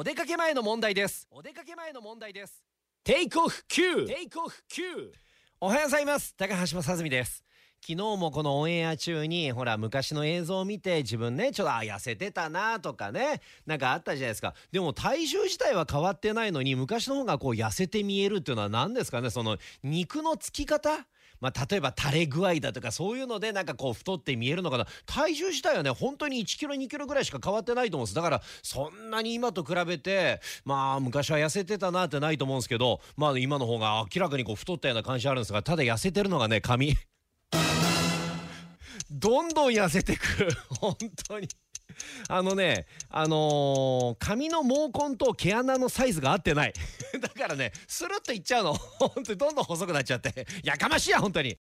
お出かけ前の問題です。テイクオフ Q。 おはようございます。高橋正純です。昨日もこのオンエア中にほら昔の映像を見て自分ねちょっと痩せてたなとかねなんかあったじゃないですか。でも体重自体は変わってないのに昔の方がこう痩せて見えるっていうのは何ですかね。その肉のつき方、例えば垂れ具合だとかそういうのでなんかこう太って見えるのかな。体重自体はね本当に1キロ2キロぐらいしか変わってないと思うんです。だからそんなに今と比べて昔は痩せてたなってないと思うんですけど、今の方が明らかにこう太ったような感じあるんですが、ただ痩せてるのがね髪どんどん痩せてく本当に髪の毛根と毛穴のサイズが合ってないだからねスルッといっちゃうの本当にどんどん細くなっちゃってやかましいや本当に。